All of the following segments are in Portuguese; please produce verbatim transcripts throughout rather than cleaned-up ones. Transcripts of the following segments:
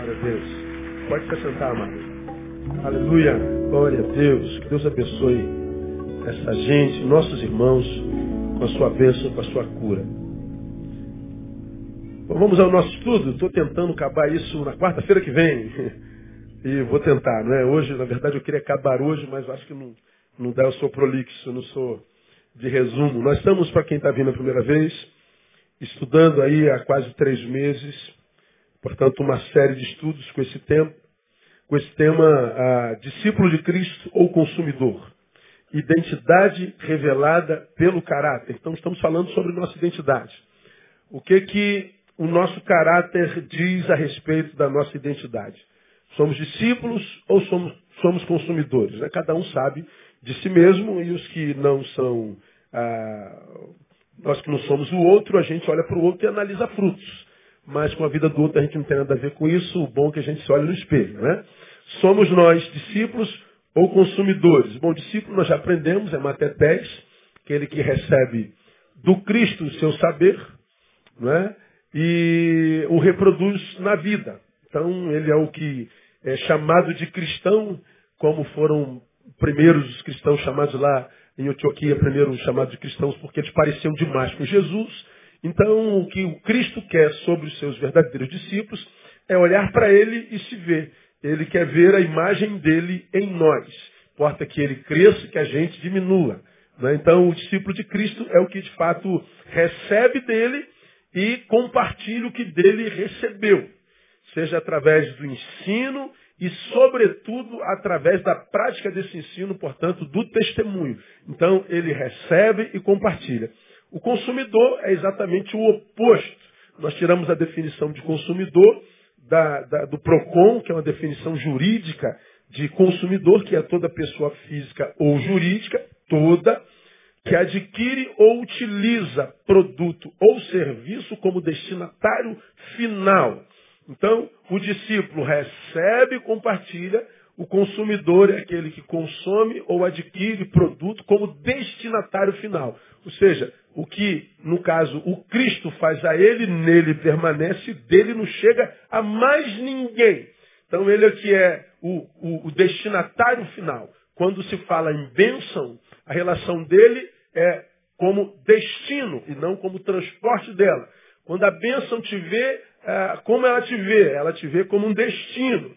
Glória a Deus. Pode se sentar, amado. Aleluia. Glória a Deus. Que Deus abençoe essa gente, nossos irmãos, com a sua bênção, com a sua cura. Bom, vamos ao nosso estudo. Estou tentando acabar isso na quarta-feira que vem. E vou tentar, não é? Hoje, na verdade, eu queria acabar hoje, mas acho que não, não dá. Eu sou prolixo, eu não sou de resumo. Nós estamos, para quem está vindo a primeira vez, estudando aí há quase três meses, portanto, uma série de estudos com esse tema, com esse tema ah, discípulo de Cristo ou consumidor. Identidade revelada pelo caráter. Então, estamos falando sobre nossa identidade. O que que o nosso caráter diz a respeito da nossa identidade? Somos discípulos ou somos, somos consumidores? Né? Cada um sabe de si mesmo, e os que não são, ah, nós que não somos o outro, a gente olha para o outro e analisa frutos. Mas com a vida do outro a gente não tem nada a ver com isso. O bom é que a gente se olha no espelho, né? Somos nós discípulos ou consumidores? Bom, discípulo nós já aprendemos, é matetés, aquele que recebe do Cristo o seu saber, não é? E o reproduz na vida. Então ele é o que é chamado de cristão, como foram primeiros os cristãos chamados lá em Antioquia, primeiro chamados de cristãos porque eles pareciam demais com Jesus. Então o que o Cristo quer sobre os seus verdadeiros discípulos é olhar para ele e se ver. Ele quer ver a imagem dele em nós. Importa que ele cresça, que a gente diminua. Né? Então o discípulo de Cristo é o que de fato recebe dele e compartilha o que dele recebeu. Seja através do ensino e, sobretudo, através da prática desse ensino, portanto, do testemunho. Então, ele recebe e compartilha. O consumidor é exatamente o oposto. Nós tiramos a definição de consumidor da, da, do PROCON, que é uma definição jurídica de consumidor, que é toda pessoa física ou jurídica, toda, que adquire ou utiliza produto ou serviço como destinatário final. Então, o discípulo recebe e compartilha, o consumidor é aquele que consome ou adquire produto como destinatário final. Ou seja, o que, no caso, o Cristo faz a ele, nele permanece, dele não chega a mais ninguém. Então, ele é que é o, o, o destinatário final. Quando se fala em bênção, a relação dele é como destino e não como transporte dela. Quando a bênção te vê, é, como ela te vê? Ela te vê como um destino.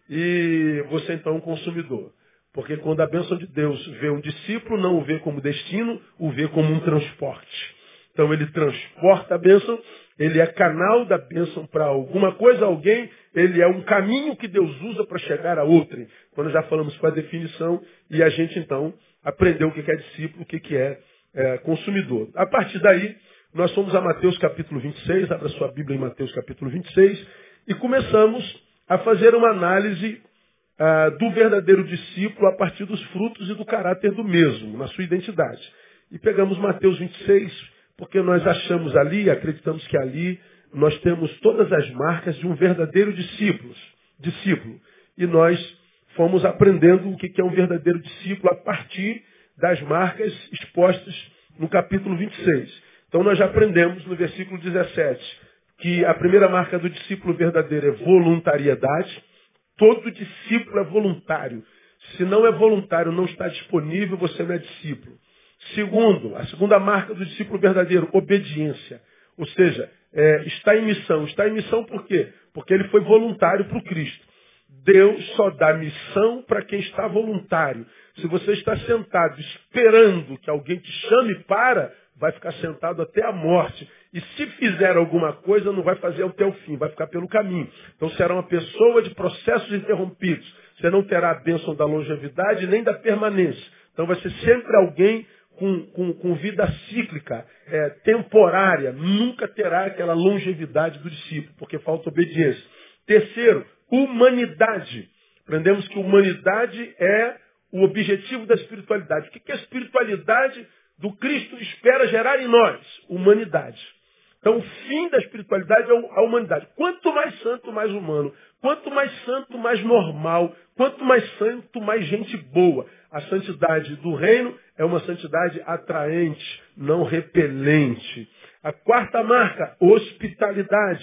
E você então é um consumidor. Porque quando a bênção de Deus vê um discípulo, não o vê como destino, o vê como um transporte. Então ele transporta a bênção, ele é canal da bênção para alguma coisa, alguém, ele é um caminho que Deus usa para chegar a outrem. Quando já falamos com a definição, e a gente então aprendeu o que é discípulo, o que é, é consumidor. A partir daí, nós fomos a Mateus capítulo vinte e seis, abra sua Bíblia em Mateus capítulo vinte e seis, e começamos a fazer uma análise ah, do verdadeiro discípulo a partir dos frutos e do caráter do mesmo, na sua identidade. E pegamos Mateus vinte e seis, porque nós achamos ali, acreditamos que ali, nós temos todas as marcas de um verdadeiro discípulo. discípulo. E nós fomos aprendendo o que é um verdadeiro discípulo a partir das marcas expostas no capítulo vinte e seis. Então nós já aprendemos no versículo dezessete que a primeira marca do discípulo verdadeiro é voluntariedade. Todo discípulo é voluntário. Se não é voluntário, não está disponível, você não é discípulo. Segundo, a segunda marca do discípulo verdadeiro, obediência. Ou seja, é, está em missão. Está em missão por quê? Porque ele foi voluntário para o Cristo. Deus só dá missão para quem está voluntário. Se você está sentado esperando que alguém te chame para, vai ficar sentado até a morte. E se fizer alguma coisa, não vai fazer até o fim, vai ficar pelo caminho. Então será uma pessoa de processos interrompidos. Você não terá a bênção da longevidade nem da permanência. Então vai ser sempre alguém com, com, com vida cíclica, é, temporária. Nunca terá aquela longevidade do discípulo, porque falta obediência. Terceiro, humanidade. Aprendemos que humanidade é o objetivo da espiritualidade. O que a espiritualidade do Cristo espera gerar em nós? Humanidade. Então, o fim da espiritualidade é a humanidade. Quanto mais santo, mais humano. Quanto mais santo, mais normal. Quanto mais santo, mais gente boa. A santidade do reino é uma santidade atraente, não repelente. A quarta marca, hospitalidade.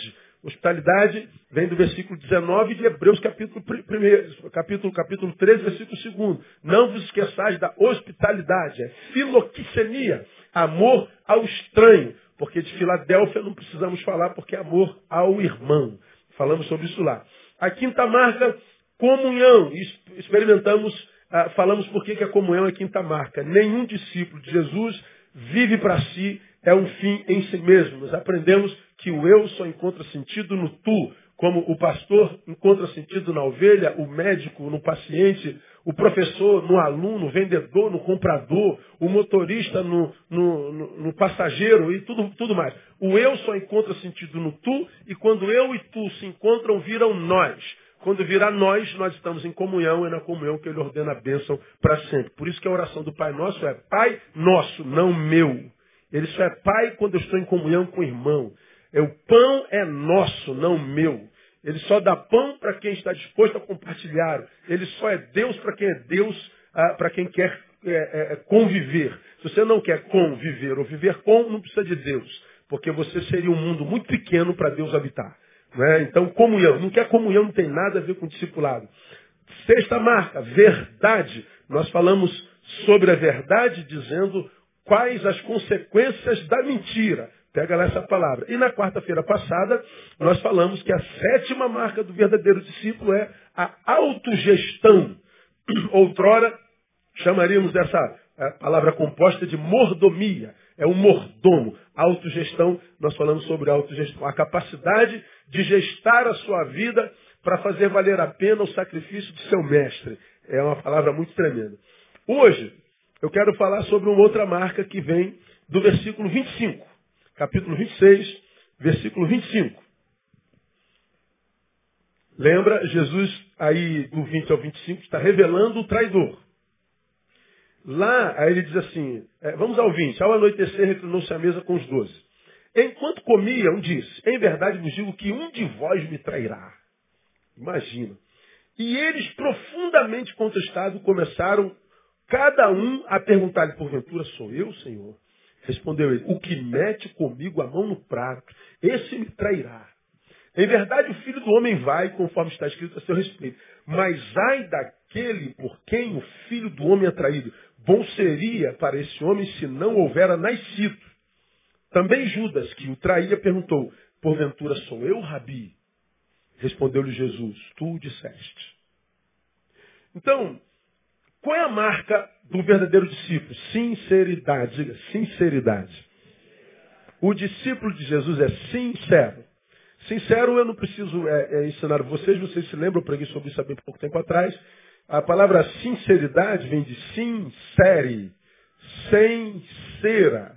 Hospitalidade vem do versículo dezenove de Hebreus, capítulo, primeiro, capítulo, capítulo treze, versículo dois. Não vos esqueçais da hospitalidade. É filoquicenia, amor ao estranho. Porque de Filadélfia não precisamos falar, porque é amor ao irmão. Falamos sobre isso lá. A quinta marca, comunhão. Experimentamos, ah, falamos por que a comunhão é a quinta marca. Nenhum discípulo de Jesus vive para si, é um fim em si mesmo. Nós aprendemos que o eu só encontra sentido no tu, como o pastor encontra sentido na ovelha, o médico no paciente, o professor no aluno, o vendedor no comprador, o motorista no, no, no, no passageiro e tudo, tudo mais. O eu só encontra sentido no tu, e quando eu e tu se encontram, viram nós. Quando virar nós, nós estamos em comunhão, e na comunhão que ele ordena a bênção para sempre. Por isso que a oração do Pai Nosso é Pai Nosso, não meu. Ele só é Pai quando eu estou em comunhão com o irmão. É, o pão é nosso, não meu. Ele só dá pão para quem está disposto a compartilhar. Ele só é Deus para quem é Deus, ah, para quem quer é, é, conviver. Se você não quer conviver ou viver com, não precisa de Deus. Porque você seria um mundo muito pequeno para Deus habitar. Né? Então, comunhão. Não quer comunhão, não tem nada a ver com discipulado. Sexta marca, verdade. Nós falamos sobre a verdade, dizendo quais as consequências da mentira. Pega lá essa palavra. E na quarta-feira passada, nós falamos que a sétima marca do verdadeiro discípulo é a autogestão. Outrora, chamaríamos essa palavra composta de mordomia. É o mordomo. Autogestão, nós falamos sobre autogestão. A capacidade de gestar a sua vida para fazer valer a pena o sacrifício de seu mestre. É uma palavra muito tremenda. Hoje, eu quero falar sobre uma outra marca que vem do versículo vinte e cinco. Capítulo vinte e seis, versículo vinte e cinco. Lembra, Jesus aí do vinte ao vinte e cinco está revelando o traidor. Lá, aí ele diz assim, é, vamos ao vinte. Ao anoitecer, reclinou-se à mesa com os doze. Enquanto comiam, disse, em verdade vos digo que um de vós me trairá. Imagina. E eles, profundamente contestados, começaram cada um a perguntar-lhe, porventura sou eu, Senhor? Respondeu ele, o que mete comigo a mão no prato, esse me trairá. Em verdade, o Filho do Homem vai, conforme está escrito a seu respeito. Mas ai daquele por quem o Filho do Homem é traído. Bom seria para esse homem se não houvera nascido. Também Judas, que o traía, perguntou, porventura sou eu, Rabi? Respondeu-lhe Jesus, tu o disseste. Então, qual é a marca do verdadeiro discípulo? Sinceridade. Diga, sinceridade. O discípulo de Jesus é sincero. Sincero eu não preciso é, é, ensinar vocês, vocês se lembram, eu preguei sobre isso há bem pouco tempo atrás. A palavra sinceridade vem de sincere, sem cera,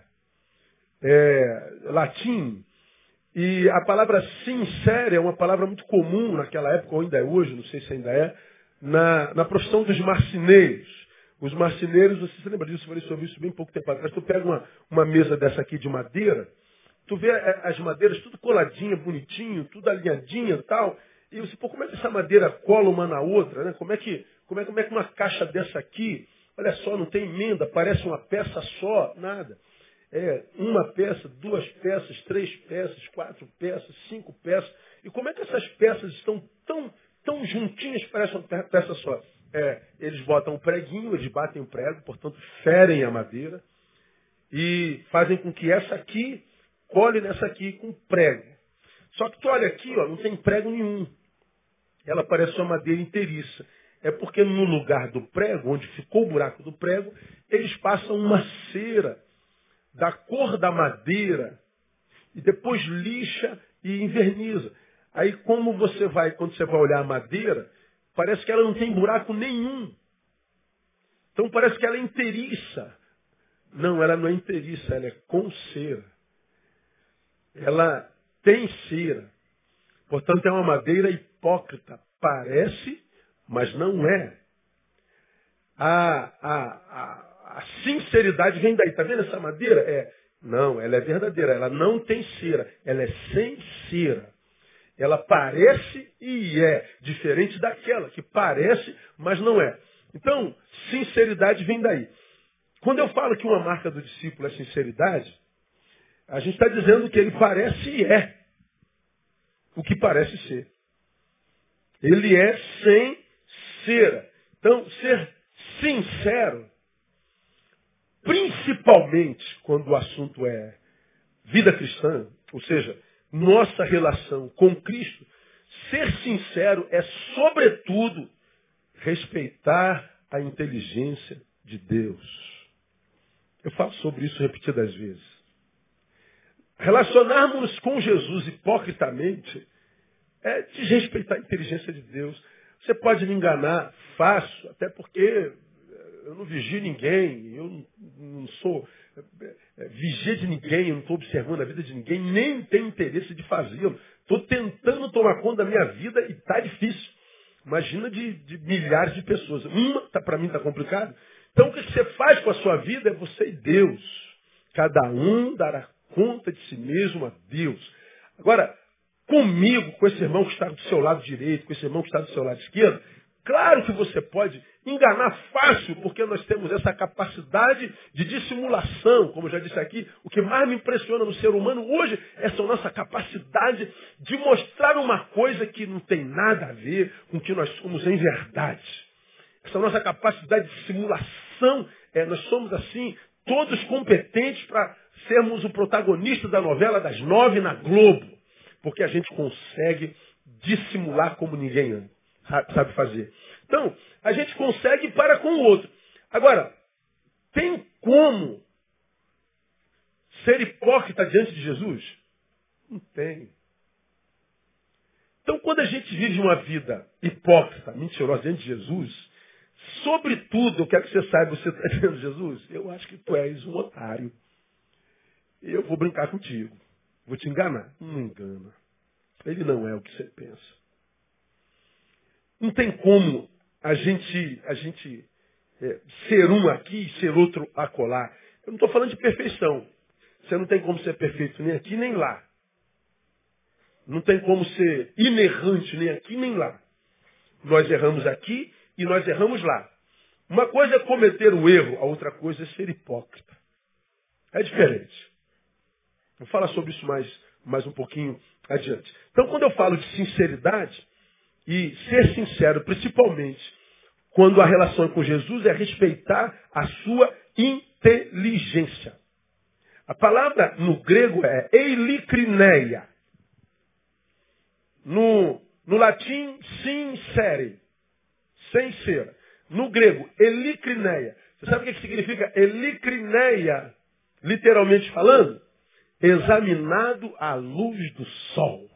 é, latim. E a palavra sincere é uma palavra muito comum naquela época, ou ainda é hoje, não sei se ainda é, na, na profissão dos marceneiros. Os marceneiros, você se lembra disso, eu falei sobre isso bem pouco tempo atrás. Tu pega uma, uma mesa dessa aqui de madeira, tu vê as madeiras tudo coladinha, bonitinho, tudo alinhadinha e tal. E você, pô, como é que essa madeira cola uma na outra, né? Como é que, como é, como é que uma caixa dessa aqui, olha só, não tem emenda, parece uma peça só, nada. É uma peça, duas peças, três peças, quatro peças, cinco peças. E como é que essas peças estão tão, tão juntinhas que parecem uma peça só? É, eles botam um preguinho, eles batem o prego, portanto, ferem a madeira e fazem com que essa aqui cole nessa aqui com prego. Só que tu olha aqui, ó, não tem prego nenhum. Ela parece uma madeira inteiriça. É porque no lugar do prego, onde ficou o buraco do prego, eles passam uma cera da cor da madeira e depois lixa e inverniza. Aí como você vai, quando você vai olhar a madeira, parece que ela não tem buraco nenhum. Então parece que ela é inteiriça. Não, ela não é inteiriça, ela é com cera. Ela tem cera. Portanto, é uma madeira hipócrita. Parece, mas não é. A, a, a, a sinceridade vem daí. Está vendo essa madeira? É. Não, ela é verdadeira. Ela não tem cera. Ela é sem cera. Ela parece e é diferente daquela que parece, mas não é. Então, sinceridade vem daí. Quando eu falo que uma marca do discípulo é sinceridade, a gente está dizendo que ele parece e é. o que parece ser. Ele é sem cera. Então, ser sincero, principalmente quando o assunto é vida cristã, ou seja, nossa relação com Cristo, ser sincero é, sobretudo, respeitar a inteligência de Deus. Eu falo sobre isso repetidas vezes. Relacionarmos com Jesus hipocritamente é desrespeitar a inteligência de Deus. Você pode me enganar fácil, até porque eu não vigio ninguém, eu não sou vigia de ninguém, eu não estou observando a vida de ninguém, nem tenho interesse de fazê-lo. Estou tentando tomar conta da minha vida e está difícil. Imagina de, de milhares de pessoas. Uma, tá, para mim, está complicado. Então, o que você faz com a sua vida é você e Deus. Cada um dará conta de si mesmo a Deus. Agora, comigo, com esse irmão que está do seu lado direito, com esse irmão que está do seu lado esquerdo, claro que você pode enganar fácil, porque nós temos essa capacidade de dissimulação. Como eu já disse aqui, o que mais me impressiona no ser humano hoje é essa nossa capacidade de mostrar uma coisa que não tem nada a ver com o que nós somos em verdade. Essa nossa capacidade de simulação, é, nós somos assim, todos competentes para sermos o protagonista da novela das nove na Globo, porque a gente consegue dissimular como ninguém sabe fazer. Então, a gente consegue para com o outro. Agora, tem como ser hipócrita diante de Jesus? Não tem. Então, quando a gente vive uma vida hipócrita, mentirosa diante de Jesus, sobretudo, eu quero que você saiba, você está dizendo, Jesus, eu acho que tu és um otário. Eu vou brincar contigo. Vou te enganar. Não engana. Ele não é o que você pensa. Não tem como a gente, a gente é, ser um aqui e ser outro acolá. Eu não estou falando de perfeição. Você não tem como ser perfeito nem aqui nem lá. Não tem como ser inerrante nem aqui nem lá. Nós erramos aqui e nós erramos lá. Uma coisa é cometer o erro, a outra coisa é ser hipócrita. É diferente. Vou falar sobre isso mais, mais um pouquinho adiante. Então, quando eu falo de sinceridade, e ser sincero, principalmente quando a relação é com Jesus, é respeitar a sua inteligência. A palavra no grego é eilicrineia. No, no latim, sincere. Sem ser. No grego, eilicrineia. Você sabe o que significa eilicrineia, literalmente falando? Examinado à luz do sol.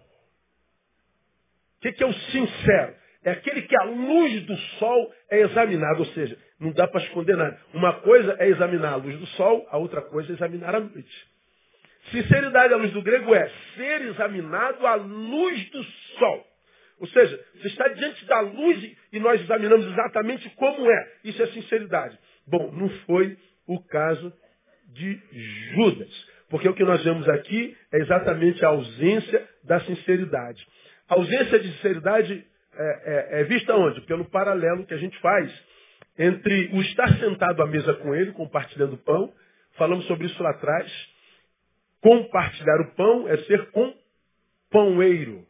O que é o sincero? É aquele que à luz do sol é examinado, ou seja, não dá para esconder nada. Uma coisa é examinar a luz do sol, a outra coisa é examinar a noite. Sinceridade à luz do grego é ser examinado à luz do sol. Ou seja, você está diante da luz e nós examinamos exatamente como é. Isso é sinceridade. Bom, não foi o caso de Judas. Porque o que nós vemos aqui é exatamente a ausência da sinceridade. A ausência de sinceridade é, é, é vista onde? Pelo paralelo que a gente faz entre o estar sentado à mesa com ele, compartilhando o pão. Falamos sobre isso lá atrás. Compartilhar o pão é ser companheiro.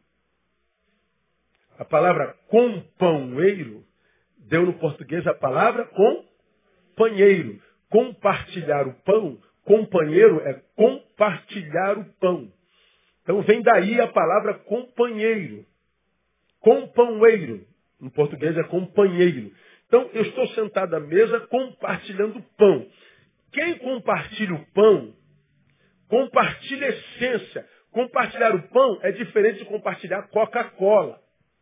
A palavra companheiro deu no português a palavra companheiro. Compartilhar o pão, companheiro é compartilhar o pão. Então vem daí a palavra companheiro. Companheiro. Em português é companheiro. Então eu estou sentado à mesa compartilhando o pão. Quem compartilha o pão, compartilha a essência. Compartilhar o pão é diferente de compartilhar Coca-Cola.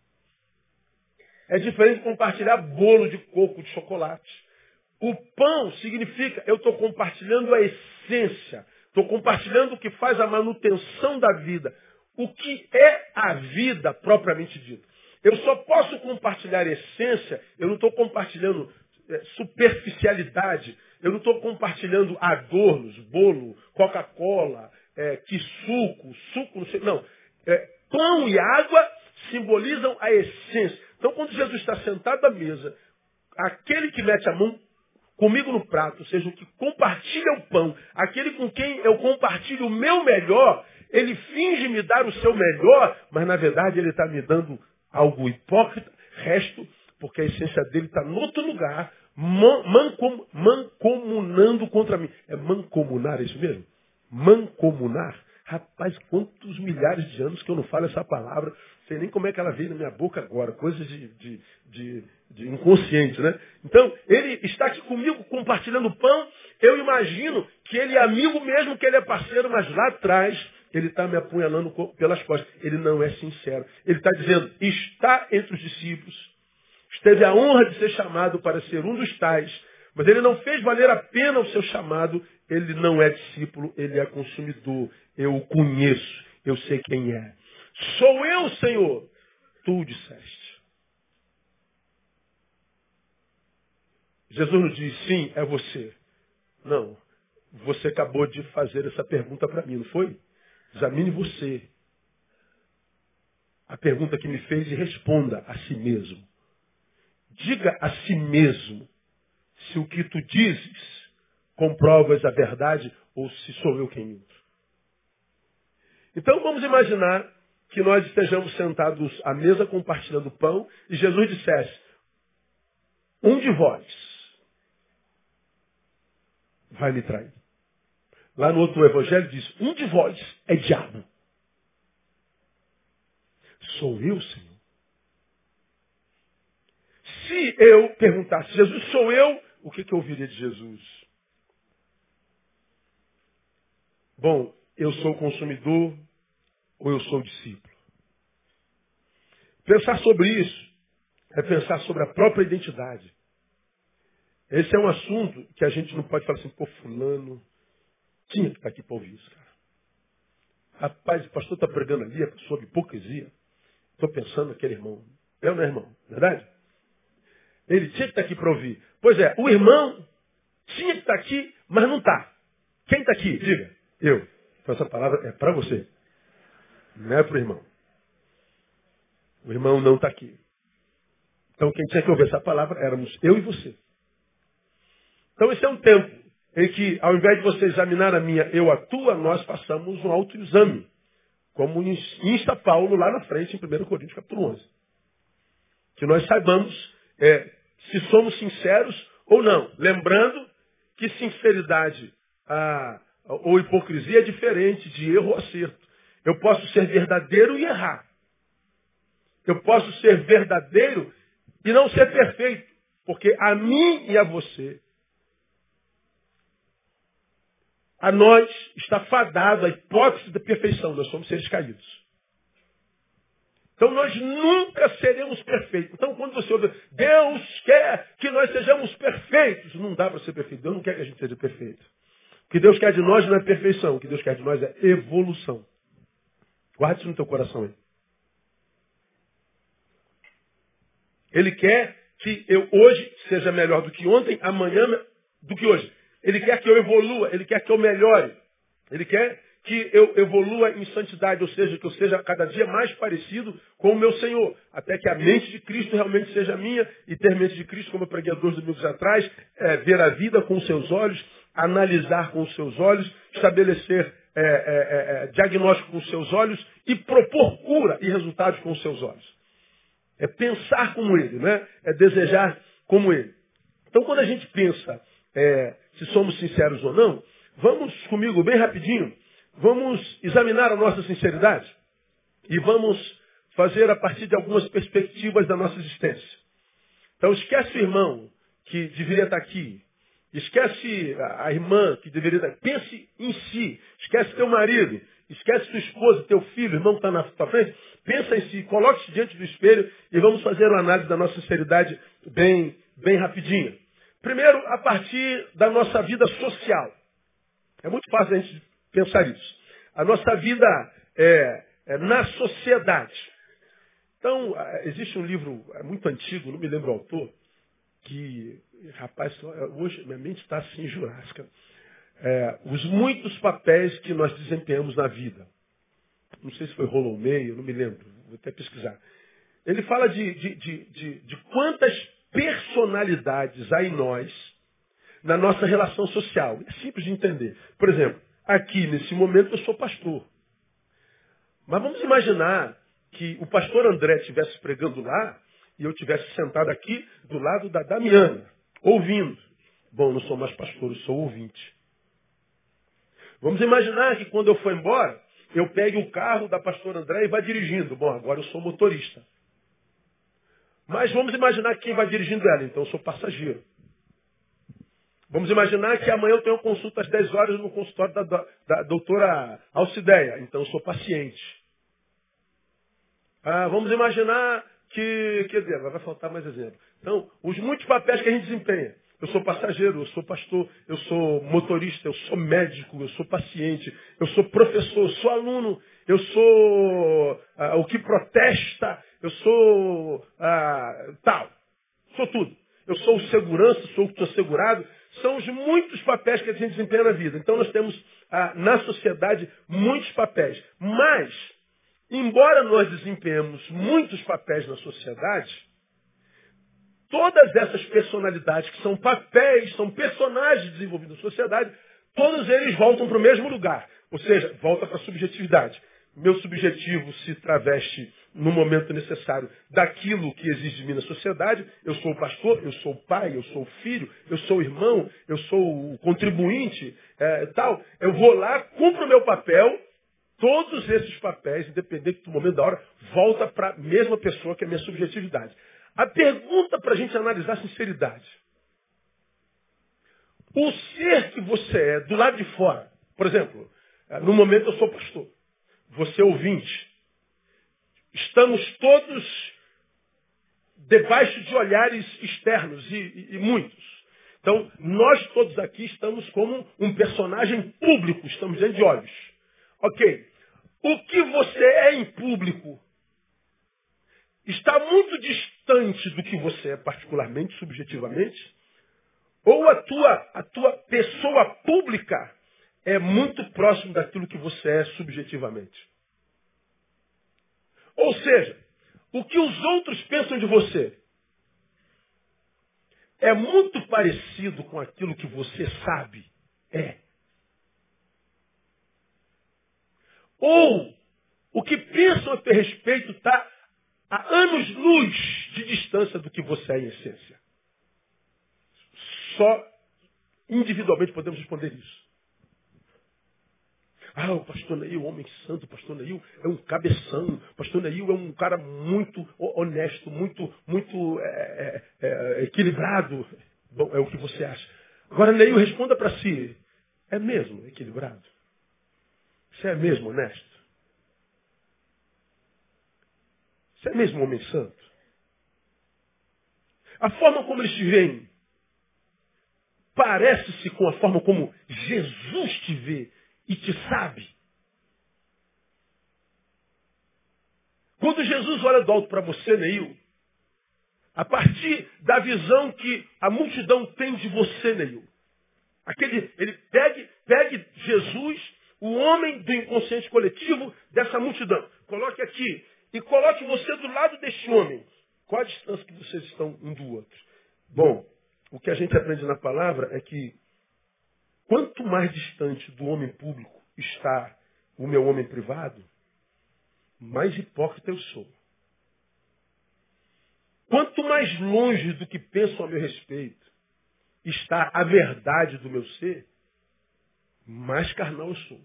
É diferente de compartilhar bolo de coco, de chocolate. O pão significa, eu estou compartilhando a essência. Estou compartilhando o que faz a manutenção da vida. O que é a vida propriamente dita. Eu só posso compartilhar essência, eu não estou compartilhando é, superficialidade. Eu não estou compartilhando adornos, bolo, Coca-Cola, é, que suco, suco, não sei. Não. É, pão e água simbolizam a essência. Então, quando Jesus está sentado à mesa, aquele que mete a mão comigo no prato, ou seja, o que compartilha o pão, aquele com quem eu compartilho o meu melhor, ele finge me dar o seu melhor, mas na verdade ele está me dando algo hipócrita, resto, porque a essência dele está em outro lugar, man, mancom, mancomunando contra mim. É mancomunar, é isso mesmo? Mancomunar. Rapaz, quantos milhares de anos que eu não falo essa palavra, sei nem como é que ela veio na minha boca agora, coisa de, de, de, de inconsciente, né? Então, ele está aqui comigo compartilhando pão, eu imagino que ele é amigo mesmo, que ele é parceiro, mas lá atrás ele está me apunhalando pelas costas. Ele não é sincero. Ele está dizendo, está entre os discípulos, teve a honra de ser chamado para ser um dos tais, mas ele não fez valer a pena o seu chamado, ele não é discípulo, ele é consumidor. Eu o conheço, eu sei quem é. Sou eu, Senhor, tu o disseste. Jesus nos diz, sim, é você. Não, você acabou de fazer essa pergunta para mim, não foi? Examine você. A pergunta que me fez e responda a si mesmo. Diga a si mesmo se o que tu dizes comprovas a verdade ou se sou eu quem minto. Então vamos imaginar que nós estejamos sentados à mesa compartilhando pão e Jesus dissesse, um de vós vai me trair. Lá no outro evangelho diz, um de vós é diabo. Sou eu, Senhor. Se eu perguntasse, Jesus, sou eu, o que, que eu ouviria de Jesus? Bom, eu sou o consumidor ou eu sou o discípulo? Pensar sobre isso é pensar sobre a própria identidade. Esse é um assunto que a gente não pode falar assim, pô, fulano tinha que estar aqui para ouvir isso, cara. Rapaz, o pastor está pregando ali sobre hipocrisia. Estou pensando naquele irmão. É ou não é irmão? Verdade? Ele tinha que estar aqui para ouvir. Pois é, o irmão tinha que estar aqui, mas não está. Quem está aqui? Diga. Eu. Então essa palavra é para você. Não é para o irmão. O irmão não está aqui. Então quem tinha que ouvir essa palavra éramos eu e você. Então esse é um tempo em que, ao invés de você examinar a minha, eu a tua, nós passamos um autoexame. Como insta Paulo lá na frente, em primeiro Coríntios, capítulo onze. Que nós saibamos é, se somos sinceros ou não. Lembrando que sinceridade ah, ou hipocrisia é diferente de erro ou acerto. Eu posso ser verdadeiro e errar. Eu posso ser verdadeiro e não ser perfeito. Porque a mim e a você, a nós está fadado a hipótese da perfeição. Nós somos seres caídos. Então nós nunca seremos perfeitos. Então quando você ouve, Deus quer que nós sejamos perfeitos. Não dá para ser perfeito. Deus não quer que a gente seja perfeito. O que Deus quer de nós não é perfeição. O que Deus quer de nós é evolução. Guarde isso no teu coração aí. Ele quer que eu hoje seja melhor do que ontem, amanhã do que hoje. Ele quer que eu evolua, ele quer que eu melhore. Ele quer que eu evolua em santidade, ou seja, que eu seja cada dia mais parecido com o meu Senhor. Até que a mente de Cristo realmente seja minha, e ter mente de Cristo, como eu preguei há dois domingos atrás, é ver a vida com os seus olhos, analisar com os seus olhos, estabelecer é, é, é, diagnóstico com os seus olhos e propor cura e resultados com os seus olhos. É pensar como ele, né? É desejar como ele. Então, quando a gente pensa é, se somos sinceros ou não, vamos comigo bem rapidinho, vamos examinar a nossa sinceridade e vamos fazer a partir de algumas perspectivas da nossa existência. Então, esquece o irmão que deveria estar aqui, esquece a irmã que deveria estar aqui, pense em si, esquece teu marido, esquece tua esposa, teu filho, irmão que está na tua frente, pensa em si, coloque-se diante do espelho e vamos fazer uma análise da nossa sinceridade bem, bem rapidinho. Primeiro, a partir da nossa vida social. É muito fácil a gente pensar isso. A nossa vida é, é na sociedade. Então, existe um livro muito antigo, não me lembro o autor, que, rapaz, hoje minha mente está assim, jurássica. É, os muitos papéis que nós desempenhamos na vida. Não sei se foi Rollo Meio, não me lembro, vou até pesquisar. Ele fala de, de, de, de, de quantas personalidades há em nós na nossa relação social. É simples de entender. Por exemplo, aqui nesse momento eu sou pastor. Mas vamos imaginar que o pastor André estivesse pregando lá e eu estivesse sentado aqui do lado da Damiana, ouvindo. Bom, eu não sou mais pastor, eu sou ouvinte. Vamos imaginar que quando eu for embora, eu pegue o carro da pastora André e vá dirigindo. Bom, agora eu sou motorista. Mas vamos imaginar que quem vai dirigindo ela, então eu sou passageiro. Vamos imaginar que amanhã eu tenho consulta às dez horas no consultório da, da, da doutora Alcideia, então eu sou paciente. Ah, vamos imaginar que, quer dizer, vai faltar mais exemplo. Então, os muitos papéis que a gente desempenha. Eu sou passageiro, eu sou pastor, eu sou motorista, eu sou médico, eu sou paciente, eu sou professor, eu sou aluno, eu sou ah, o que protesta, eu sou ah, tal, sou tudo. Eu sou o segurança, sou o que estou segurado. São os muitos papéis que a gente desempenha na vida. Então nós temos ah, na sociedade muitos papéis. Mas, embora nós desempenhemos muitos papéis na sociedade, todas essas personalidades que são papéis, são personagens desenvolvidos na sociedade, todos eles voltam para o mesmo lugar. Ou seja, volta para a subjetividade. Meu subjetivo se traveste no momento necessário daquilo que exige de mim na sociedade. Eu sou o pastor, eu sou o pai, eu sou o filho, eu sou o irmão, eu sou o contribuinte, é, tal. Eu vou lá, cumpro o meu papel. Todos esses papéis, independente do momento da hora, volta para a mesma pessoa que é a minha subjetividade. A pergunta para a gente analisar a sinceridade. O ser que você é do lado de fora, por exemplo, no momento eu sou pastor, você é ouvinte, estamos todos debaixo de olhares externos e, e, e muitos. Então, nós todos aqui estamos como um personagem público, estamos dentro de olhos. Ok. O que você é em público está muito distante do que você é particularmente, subjetivamente, ou a tua, a tua pessoa pública é muito próximo daquilo que você é subjetivamente. Ou seja, o que os outros pensam de você é muito parecido com aquilo que você sabe é. Ou o que pensam a teu respeito está a anos-luz de distância do que você é em essência. Só individualmente podemos responder isso. Ah, o pastor Neil, o homem santo, o pastor Neil é um cabeção, o pastor Neil é um cara muito honesto, muito, muito é, é, é, equilibrado. Bom, é o que você acha. Agora, Neil, responda para si. É mesmo equilibrado? Você é mesmo honesto? Você é mesmo homem santo? A forma como eles te veem parece-se com a forma como Jesus te vê e te sabe. Quando Jesus olha do alto para você, Neil, a partir da visão que a multidão tem de você, Neil, aquele, ele pegue, pegue Jesus, o homem do inconsciente coletivo dessa multidão, coloque aqui e coloque você do lado deste homem. Qual a distância que vocês estão um do outro? Bom, o que a gente aprende na palavra é que quanto mais distante do homem público está o meu homem privado, mais hipócrita eu sou. Quanto mais longe do que pensam a meu respeito está a verdade do meu ser, mais carnal eu sou.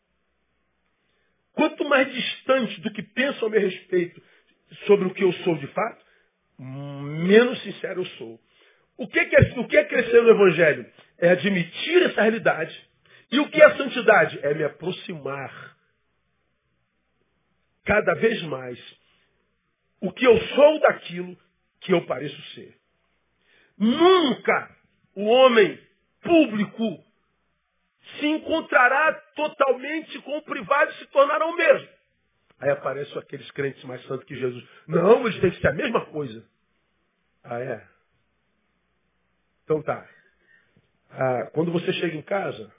Quanto mais distante do que pensam a meu respeito sobre o que eu sou de fato, menos sincero eu sou. O que é, o que é crescer no Evangelho? É admitir essa realidade. E o que é santidade? É me aproximar cada vez mais o que eu sou daquilo que eu pareço ser. Nunca o homem público se encontrará totalmente com o privado e se tornará o mesmo. Aí aparecem aqueles crentes mais santos que Jesus. Não, eles têm que ser a mesma coisa. Ah, é? Então tá. Ah, quando você chega em casa,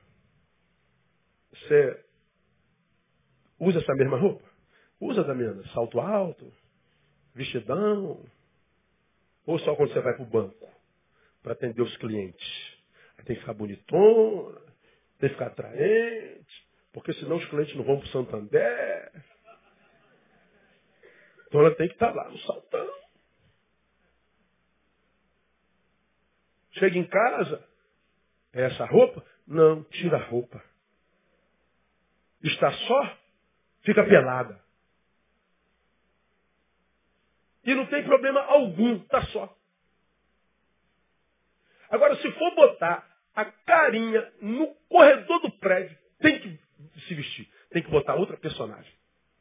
você usa essa mesma roupa? Usa, Damiana, salto alto, vestidão, ou só quando você vai para o banco para atender os clientes? Aí tem que ficar bonitona, tem que ficar atraente, porque senão os clientes não vão para o Santander. Então ela tem que estar lá no saltão. Chega em casa, é essa roupa? Não, tira a roupa. Está só, fica pelada. E não tem problema algum, está só. Agora, se for botar a carinha no corredor do prédio, tem que se vestir. Tem que botar outra personagem.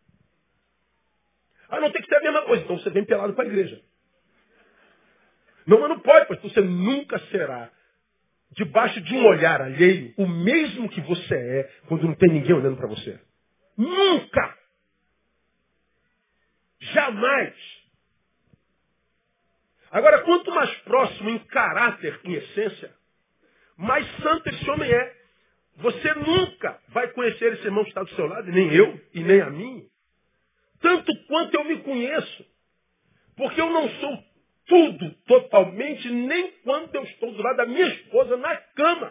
Ah, não tem que ser a mesma coisa. Então você vem pelado para a igreja. Não, mas não pode, pastor. Você nunca será, debaixo de um olhar alheio, o mesmo que você é quando não tem ninguém olhando para você. Nunca! Jamais! Agora, quanto mais próximo em caráter, em essência, mais santo esse homem é. Você nunca vai conhecer esse irmão que está do seu lado, nem eu e nem a mim, tanto quanto eu me conheço. Porque eu não sou tudo totalmente, nem quando eu estou do lado da minha esposa na cama.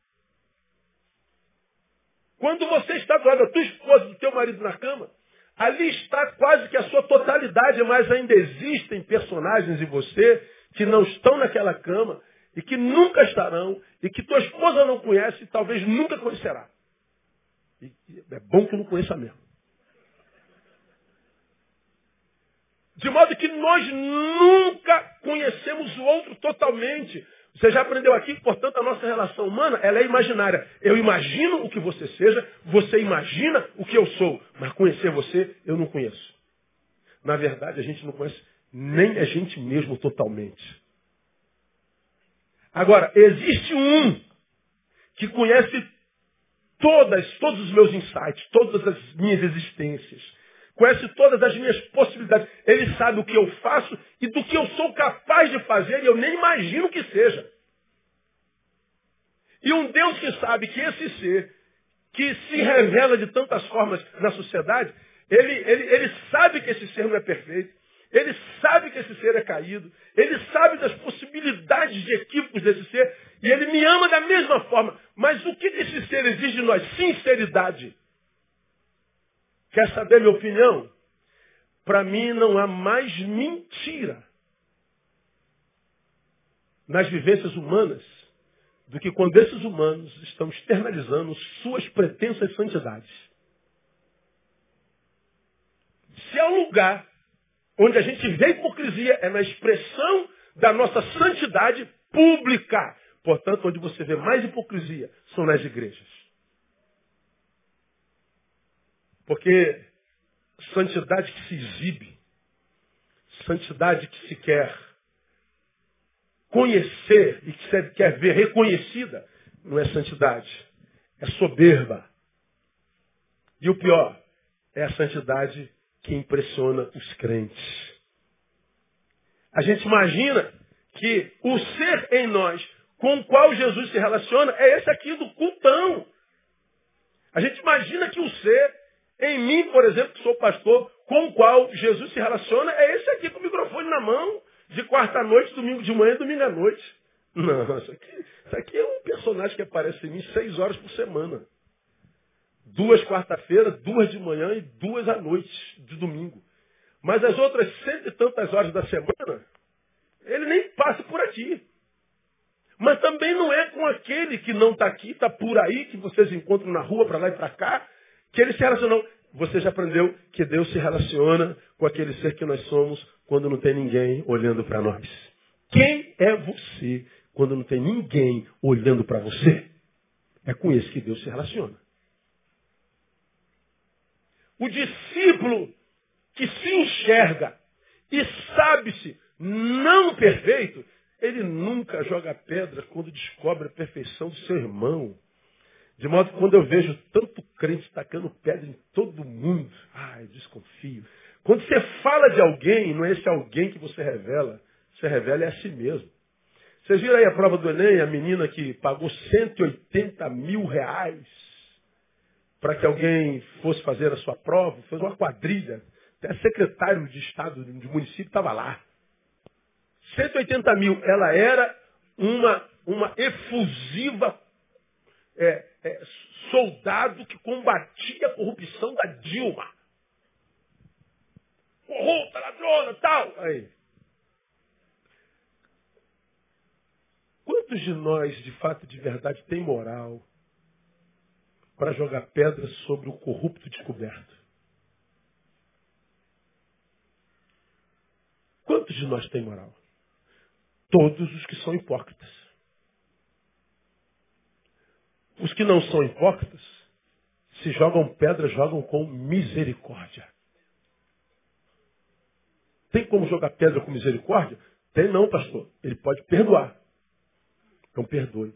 Quando você está do lado da tua esposa, do teu marido na cama, ali está quase que a sua totalidade, mas ainda existem personagens em você que não estão naquela cama e que nunca estarão e que tua esposa não conhece e talvez nunca conhecerá. E é bom que não conheça mesmo. De modo que nós nunca conhecemos o outro totalmente. Você já aprendeu aqui que, portanto, a nossa relação humana ela é imaginária. Eu imagino o que você seja, você imagina o que eu sou. Mas conhecer você, eu não conheço. Na verdade, a gente não conhece nem a gente mesmo totalmente. Agora, existe um que conhece todas, todos os meus insights, todas as minhas existências. Conhece todas as minhas possibilidades. Ele sabe o que eu faço e do que eu sou capaz de fazer e eu nem imagino que seja. E um Deus que sabe que esse ser, que se revela de tantas formas na sociedade, ele, ele, ele sabe que esse ser não é perfeito. Ele sabe que esse ser é caído. Ele sabe das possibilidades de equívocos desse ser. E ele me ama da mesma forma. Mas o que esse ser exige de nós? Sinceridade. Quer saber a minha opinião? Para mim não há mais mentira nas vivências humanas do que quando esses humanos estão externalizando suas pretensas santidades. Se há um lugar onde a gente vê hipocrisia é na expressão da nossa santidade pública. Portanto, onde você vê mais hipocrisia são nas igrejas. Porque santidade que se exibe, santidade que se quer conhecer e que se quer ver reconhecida, não é santidade, é soberba. E o pior, é a santidade que impressiona os crentes. A gente imagina que o ser em nós com o qual Jesus se relaciona é esse aqui do cultão. A gente imagina que o ser em mim, por exemplo, que sou pastor, com o qual Jesus se relaciona, é esse aqui com o microfone na mão, de quarta à noite, domingo de manhã e domingo à noite. Não, isso aqui, isso aqui é um personagem que aparece em mim seis horas por semana. Duas quarta-feira, duas de manhã e duas à noite de domingo. Mas as outras cento e tantas horas da semana, ele nem passa por aqui. Mas também não é com aquele que não está aqui, está por aí, que vocês encontram na rua, para lá e para cá, que ele se relacionou. Você já aprendeu que Deus se relaciona com aquele ser que nós somos quando não tem ninguém olhando para nós. Quem é você quando não tem ninguém olhando para você? É com esse que Deus se relaciona. O discípulo que se enxerga e sabe-se não perfeito, ele nunca joga pedra quando descobre a perfeição do seu irmão. De modo que quando eu vejo tanto crente tacando pedra em todo mundo, ah, eu desconfio. Quando você fala de alguém, não é esse alguém que você revela. Você revela é a si mesmo. Vocês viram aí a prova do Enem, a menina que pagou cento e oitenta mil reais para que alguém fosse fazer a sua prova, fez uma quadrilha. Até secretário de Estado de município estava lá. cento e oitenta mil. Ela era uma, uma efusiva É, é, soldado que combatia a corrupção da Dilma. Corrupta, ela funciona, tal. Aí. Quantos de nós, de fato, de verdade, tem moral para jogar pedras sobre o corrupto descoberto? Quantos de nós tem moral? Todos os que são hipócritas. Os que não são hipócritas, se jogam pedras, jogam com misericórdia. Tem como jogar pedra com misericórdia? Tem não, pastor. Ele pode perdoar. Então perdoe.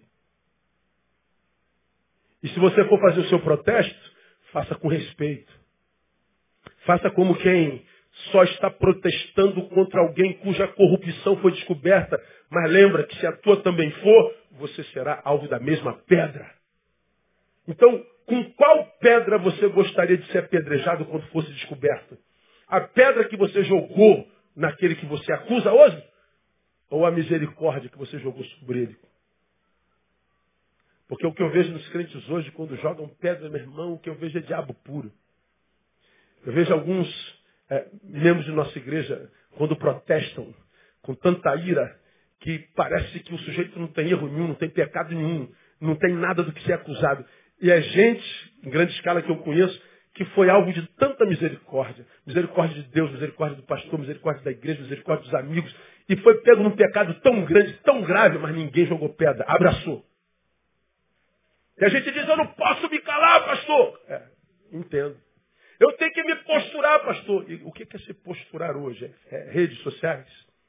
E se você for fazer o seu protesto, faça com respeito. Faça como quem só está protestando contra alguém cuja corrupção foi descoberta. Mas lembra que se a tua também for, você será alvo da mesma pedra. Então, com qual pedra você gostaria de ser apedrejado quando fosse descoberto? A pedra que você jogou naquele que você acusa hoje? Ou a misericórdia que você jogou sobre ele? Porque o que eu vejo nos crentes hoje, quando jogam pedra, meu irmão, o que eu vejo é diabo puro. Eu vejo alguns é, membros de nossa igreja, quando protestam com tanta ira, que parece que o sujeito não tem erro nenhum, não tem pecado nenhum, não tem nada do que ser acusado. E é gente, em grande escala que eu conheço, que foi alvo de tanta misericórdia. Misericórdia de Deus, misericórdia do pastor, misericórdia da igreja, misericórdia dos amigos. E foi pego num pecado tão grande, tão grave, mas ninguém jogou pedra, abraçou. E a gente diz, eu não posso me calar, pastor. É, entendo. Eu tenho que me posturar, pastor. E o que é se posturar hoje? É, é redes sociais?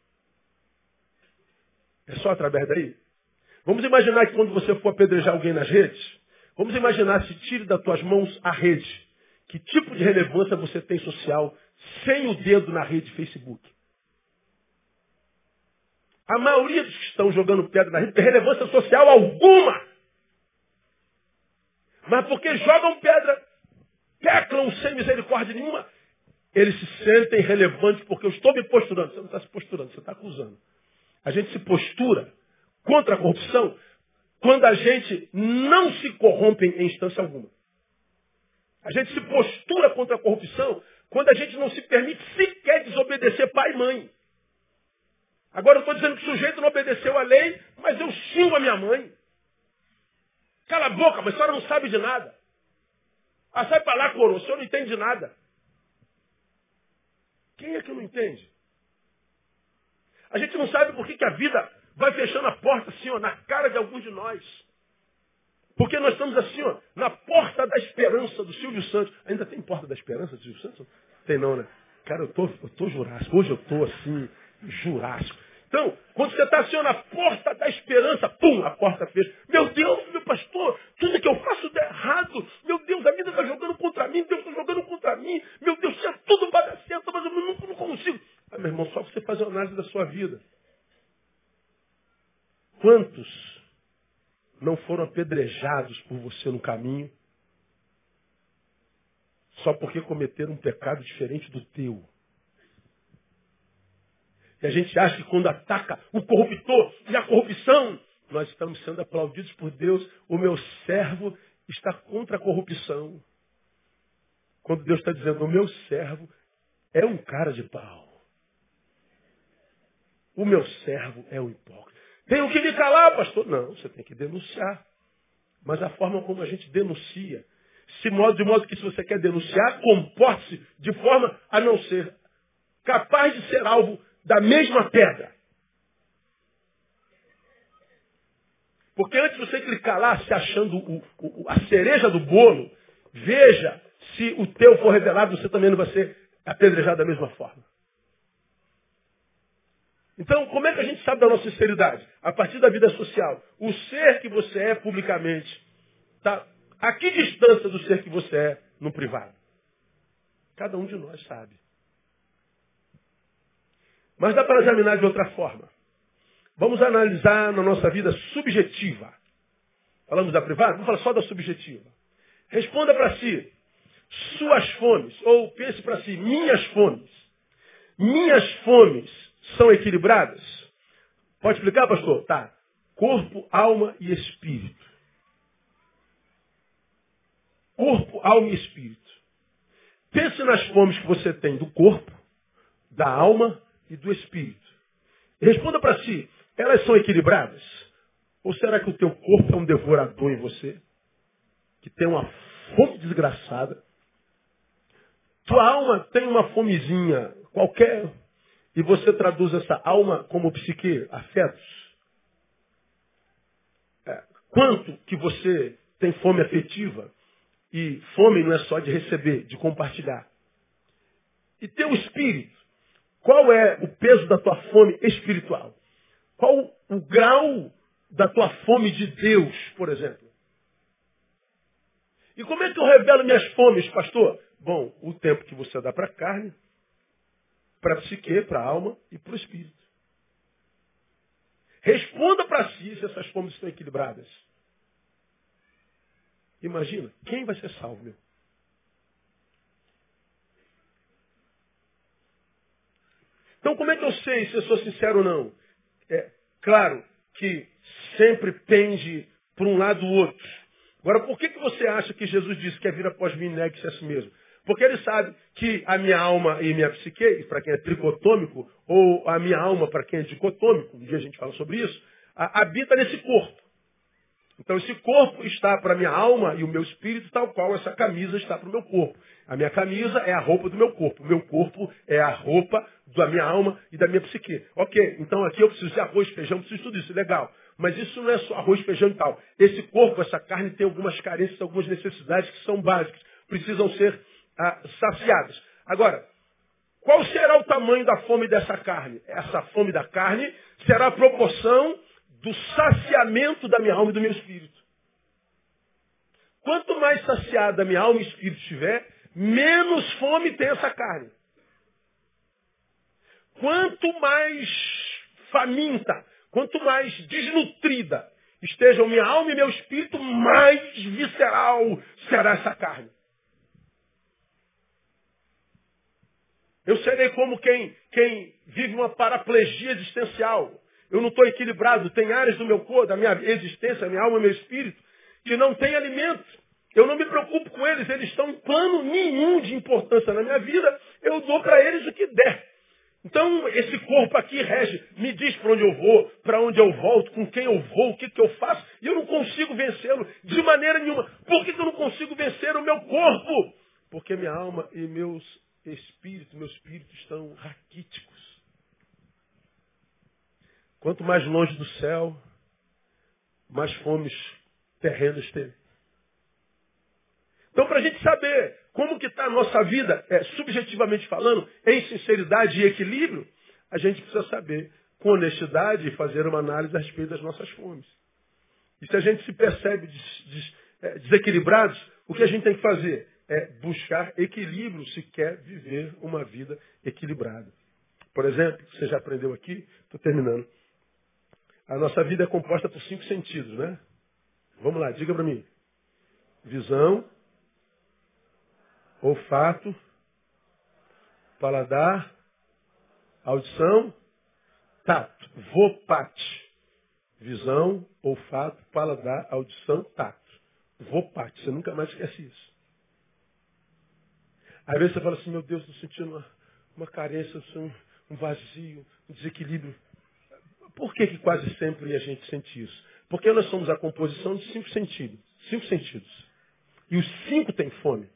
É só através daí? Vamos imaginar que quando você for apedrejar alguém nas redes, vamos imaginar se tire das tuas mãos a rede. Que tipo de relevância você tem social sem o dedo na rede Facebook? A maioria dos que estão jogando pedra na rede tem relevância social alguma. Mas porque jogam pedra, pecam sem misericórdia nenhuma, eles se sentem relevantes porque eu estou me posturando. Você não está se posturando, você está acusando. A gente se postura contra a corrupção quando a gente não se corrompe em instância alguma. A gente se postura contra a corrupção quando a gente não se permite sequer desobedecer pai e mãe. Agora eu estou dizendo que o sujeito não obedeceu a lei, mas eu xingo a minha mãe. Cala a boca, mas a senhora não sabe de nada. Ah, sai para lá, coroa, o senhor não entende de nada. Quem é que não entende? A gente não sabe por que, que a vida vai fechando a porta assim, ó, na cara de alguns de nós. Porque nós estamos assim, ó, na porta da esperança do Silvio Santos. Ainda tem porta da esperança do Silvio Santos? Tem não, né? Cara, eu tô, eu tô jurássico. Hoje eu tô assim, jurássico. Então, quando você está assim, ó, na porta da esperança, pum, a porta fecha. Meu Deus, meu pastor, tudo que eu faço dá errado. Meu Deus, a vida está jogando contra mim, Deus está jogando contra mim. Meu Deus, tinha tudo para dar certo, mas eu não, não consigo. Ah, meu irmão, só você fazer uma análise da sua vida. Quantos não foram apedrejados por você no caminho só porque cometeram um pecado diferente do teu? E a gente acha que quando ataca o corruptor e a corrupção, nós estamos sendo aplaudidos por Deus. O meu servo está contra a corrupção. Quando Deus está dizendo, o meu servo é um cara de pau. O meu servo é um hipócrita. Tenho que me calar, pastor? Não, você tem que denunciar. Mas a forma como a gente denuncia, se modo, de modo que se você quer denunciar, comporte-se de forma a não ser capaz de ser alvo da mesma pedra. Porque antes de você clicar lá se achando o, o, a cereja do bolo, veja se o teu for revelado, você também não vai ser apedrejado da mesma forma. Então, como é que a gente sabe da nossa sinceridade? A partir da vida social. O ser que você é publicamente está a que distância do ser que você é no privado? Cada um de nós sabe. Mas dá para examinar de outra forma. Vamos analisar na nossa vida subjetiva. Falamos da privada? Vamos falar só da subjetiva. Responda para si, suas fomes, ou pense para si, minhas fomes. Minhas fomes são equilibradas? Pode explicar, pastor? Tá. Corpo, alma e espírito. Corpo, alma e espírito. Pense nas fomes que você tem do corpo, da alma e do espírito. Responda para si, elas são equilibradas? Ou será que o teu corpo é um devorador em você? Que tem uma fome desgraçada? Tua alma tem uma fomezinha qualquer e você traduz essa alma como psique, afetos? É, quanto que você tem fome afetiva? E fome não é só de receber, de compartilhar. E teu espírito, qual é o peso da tua fome espiritual? Qual o grau da tua fome de Deus, por exemplo? E como é que eu revelo minhas fomes, pastor? Bom, o tempo que você dá para a carne, para a psique, para a alma e para o espírito. Responda para si se essas fomes estão equilibradas. Imagina, quem vai ser salvo, meu? Então, como é que eu sei se eu sou sincero ou não? É claro que sempre pende para um lado ou outro. Agora, por que, que você acha que Jesus disse que é vir após mim e negue-se a si mesmo? Porque ele sabe que a minha alma e minha psique, para quem é tricotômico, ou a minha alma para quem é dicotômico, um dia a gente fala sobre isso, a, habita nesse corpo. Então esse corpo está para a minha alma e o meu espírito, tal qual essa camisa está para o meu corpo. A minha camisa é a roupa do meu corpo. O meu corpo é a roupa da minha alma e da minha psique. Ok, então aqui eu preciso de arroz, feijão, preciso de tudo isso, legal. Mas isso não é só arroz, feijão e tal. Esse corpo, essa carne tem algumas carências, algumas necessidades que são básicas. Precisam ser ah, saciadas. Agora, qual será o tamanho da fome dessa carne? Essa fome da carne será a proporção do saciamento da minha alma e do meu espírito. Quanto mais saciada a minha alma e espírito estiver, menos fome tem essa carne. Quanto mais faminta, quanto mais desnutrida estejam minha alma e meu espírito, mais visceral será essa carne. Eu serei como quem, quem vive uma paraplegia existencial. Eu não estou equilibrado. Tem áreas do meu corpo, da minha existência, minha alma e meu espírito, que não tem alimento. Eu não me preocupo com eles. Eles estão em plano nenhum de importância na minha vida. Eu dou para eles o que der. Então, esse corpo aqui rege, me diz para onde eu vou, para onde eu volto, com quem eu vou, o que, que eu faço. E eu não consigo vencê-lo de maneira nenhuma. Por que, que eu não consigo vencer o meu corpo? Porque minha alma e meus espíritos, meu espírito estão raquíticos. Quanto mais longe do céu, mais fomes terrenos tem. Então, para a gente saber como que está a nossa vida, é, subjetivamente falando, em sinceridade e equilíbrio, a gente precisa saber, com honestidade, fazer uma análise a respeito das nossas fomes. E se a gente se percebe des, des, é, desequilibrados, o que a gente tem que fazer? É buscar equilíbrio se quer viver uma vida equilibrada. Por exemplo, você já aprendeu aqui, estou terminando. A nossa vida é composta por cinco sentidos, né? Vamos lá, diga para mim. Visão, olfato, paladar, audição, tato. Vopate. Visão, olfato, paladar, audição, tato. Vopate. Você nunca mais esquece isso. Às vezes você fala assim, meu Deus, estou sentindo uma, uma carência, um vazio, um desequilíbrio. Por que, que quase sempre a gente sente isso? Porque nós somos a composição de cinco sentidos. Cinco sentidos. E os cinco têm fome.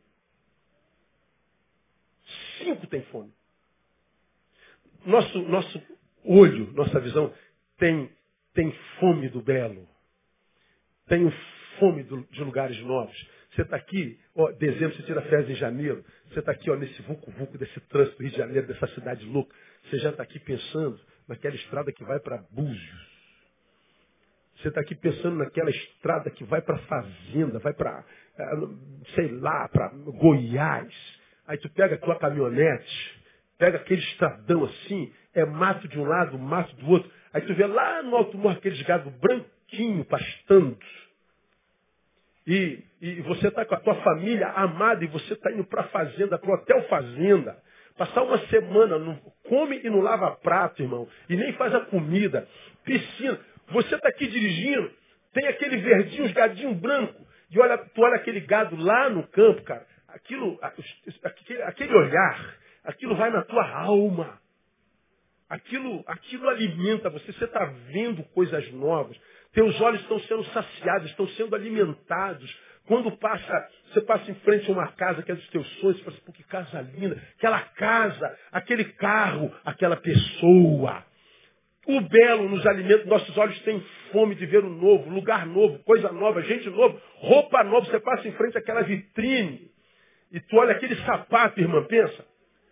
Cinco têm fome. Nosso, nosso olho, nossa visão, tem, tem fome do belo. Tem fome do, de lugares novos. Você está aqui, ó, dezembro, você tira férias em janeiro. Você está aqui, ó, nesse vulco-vulco desse trânsito do Rio de Janeiro, dessa cidade louca. Você já está aqui pensando naquela estrada que vai para Búzios. Você está aqui pensando naquela estrada que vai para Fazenda, vai para, sei lá, para Goiás. Aí tu pega a tua caminhonete, pega aquele estradão assim, é mato de um lado, mato do outro. Aí tu vê lá no alto morro aqueles gado branquinho pastando. E, e você está com a tua família amada e você está indo para a fazenda, para o hotel fazenda. Passar uma semana, não come e não lava prato, irmão. E nem faz a comida. Piscina. Você está aqui dirigindo, tem aquele verdinho, os gadinhos brancos. E olha, tu olha aquele gado lá no campo, cara. Aquilo, aquele olhar, aquilo vai na tua alma. Aquilo, aquilo alimenta você. Você está vendo coisas novas. Teus olhos estão sendo saciados, estão sendo alimentados. Quando passa, você passa em frente a uma casa que é dos teus sonhos, você fala assim, pô, que casa linda. Aquela casa, aquele carro, aquela pessoa. O belo nos alimenta, nossos olhos têm fome de ver o novo, lugar novo, coisa nova, gente nova, roupa nova. Você passa em frente àquela vitrine e tu olha aquele sapato, irmã, pensa.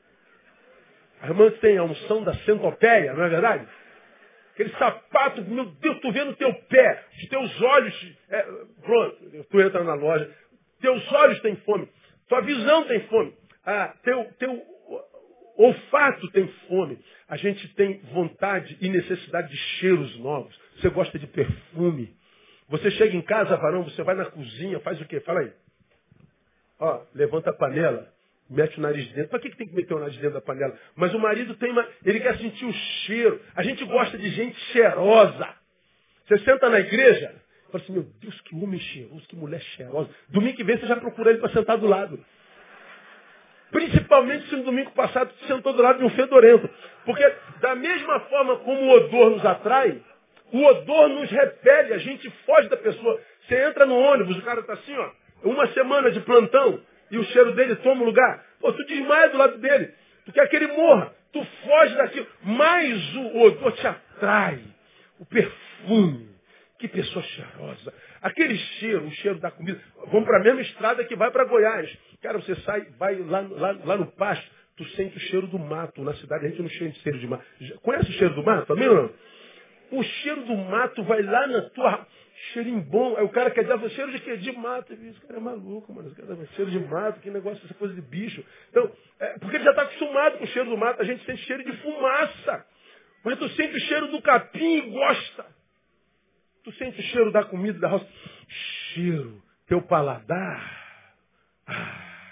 A irmã tem a unção da centopeia, não é verdade? Aquele sapato, meu Deus, tu vê no teu pé, os teus olhos, é, pronto, tu entra na loja, teus olhos têm fome, tua visão tem fome, ah, teu, teu olfato tem fome. A gente tem vontade e necessidade de cheiros novos. Você gosta de perfume. Você chega em casa, varão, você vai na cozinha, faz o quê? Fala aí. Ó, levanta a panela. Mete o nariz dentro. Para que, que tem que meter o nariz dentro da panela? Mas o marido tem uma... Ele quer sentir o cheiro. A gente gosta de gente cheirosa. Você senta na igreja e fala assim, meu Deus, que homem cheiroso, que mulher cheirosa. Domingo que vem você já procura ele para sentar do lado. Principalmente se no domingo passado você sentou do lado de um fedorento. Porque da mesma forma como o odor nos atrai, o odor nos repele. A gente foge da pessoa. Você entra no ônibus, o cara está assim, ó, uma semana de plantão, e o cheiro dele toma o lugar. Pô, tu desmaia do lado dele. Tu quer que ele morra. Tu foge daquilo. Mas o odor te atrai. O perfume. Que pessoa cheirosa. Aquele cheiro, o cheiro da comida. Vamos para a mesma estrada que vai para Goiás. Cara, você sai, vai lá, lá, lá no pasto, tu sente o cheiro do mato. Na cidade a gente não sente cheiro de mato. Conhece o cheiro do mato também ou não? O cheiro do mato vai lá na tua... Cheirinho bom. Aí o cara quer dizer, cheiro de quê? De mato. Esse cara é maluco, mano. Esse cara é cheiro de mato, que negócio, essa coisa de bicho. Então, é, porque ele já está acostumado com o cheiro do mato. A gente sente cheiro de fumaça. Mas tu sente o cheiro do capim e gosta. Tu sente o cheiro da comida, da roça. Cheiro. Teu paladar. Ah,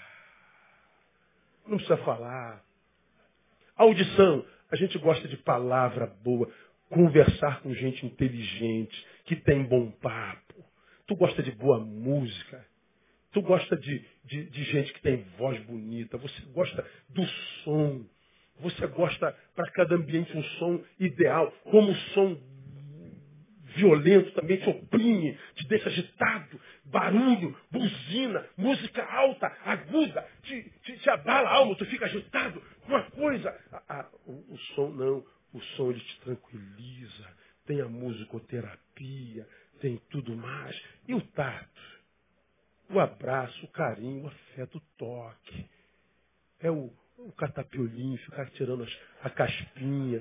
não precisa falar. Audição. A gente gosta de palavra boa. Conversar com gente inteligente, que tem bom papo. Tu gosta de boa música. Tu gosta de, de, de gente que tem voz bonita. Você gosta do som. Você gosta, para cada ambiente, um som ideal. Como o som violento também te oprime, te deixa agitado. Barulho, buzina, música alta, aguda, te, te, te abala a alma, tu fica agitado. Uma coisa. Ah, ah, o, o som não. O som ele te tranquiliza. Tem a musicoterapia, tem tudo mais. E o tato? O abraço, o carinho, o afeto, o toque. É o, o catapiolinho, ficar tirando as, a caspinha.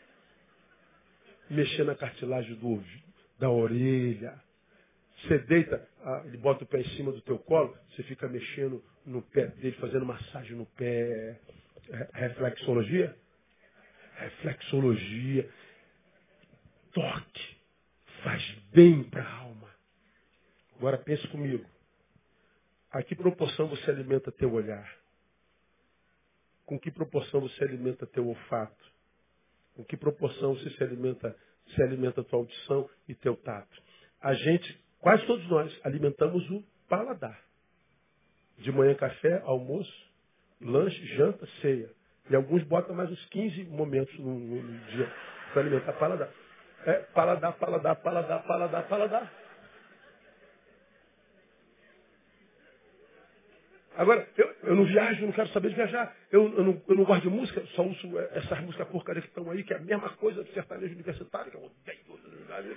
Mexer na cartilagem do ouvido, da orelha. Você deita, ah, ele bota o pé em cima do teu colo, você fica mexendo no pé dele, fazendo massagem no pé. É, reflexologia? Reflexologia. Toque. Faz bem para a alma. Agora pense comigo. A que proporção você alimenta teu olhar? Com que proporção você alimenta teu olfato? Com que proporção você se alimenta, se alimenta tua audição e teu tato? A gente, quase todos nós, alimentamos o paladar. De manhã café, almoço, lanche, janta, ceia. E alguns botam mais uns quinze momentos no, no, no dia para alimentar paladar. É, paladar, paladar, paladar, paladar, paladar. Agora, eu, eu não viajo, não quero saber de viajar. Eu, eu, não, eu não gosto de música, só uso essas músicas porcarias que estão aí, que é a mesma coisa do sertanejo universitário, que eu odeio.